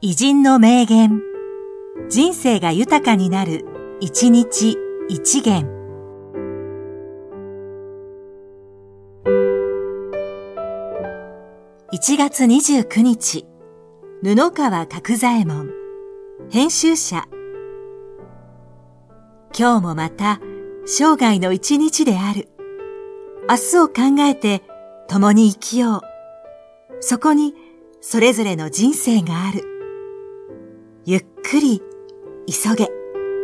偉人の名言、人生が豊かになる、一日一元。1月29日、布川角左衛門、編集者。今日もまた生涯の一日である。明日を考えて共に生きよう。そこにそれぞれの人生がある。ゆっくり急げ。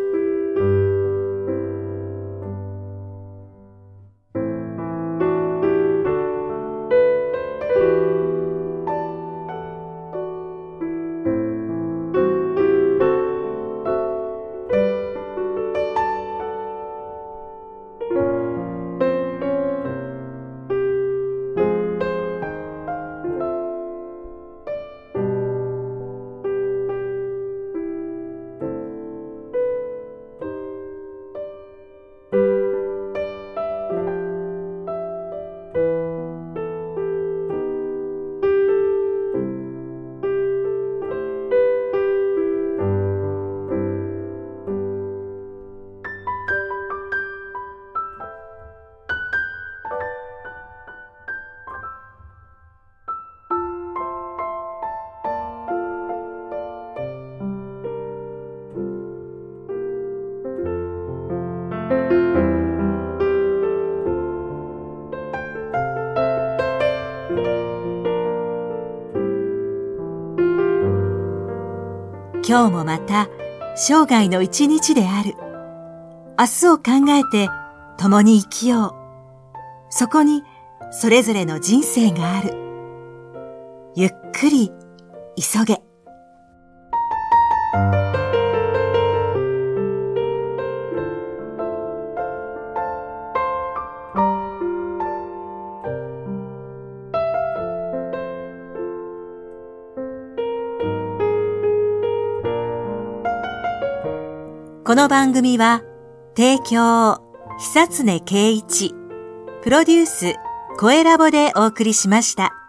今日もまた生涯の一日である。明日を考えて共に生きよう。そこにそれぞれの人生がある。ゆっくり急げ。この番組は提供久常圭一、プロデュース声ラボでお送りしました。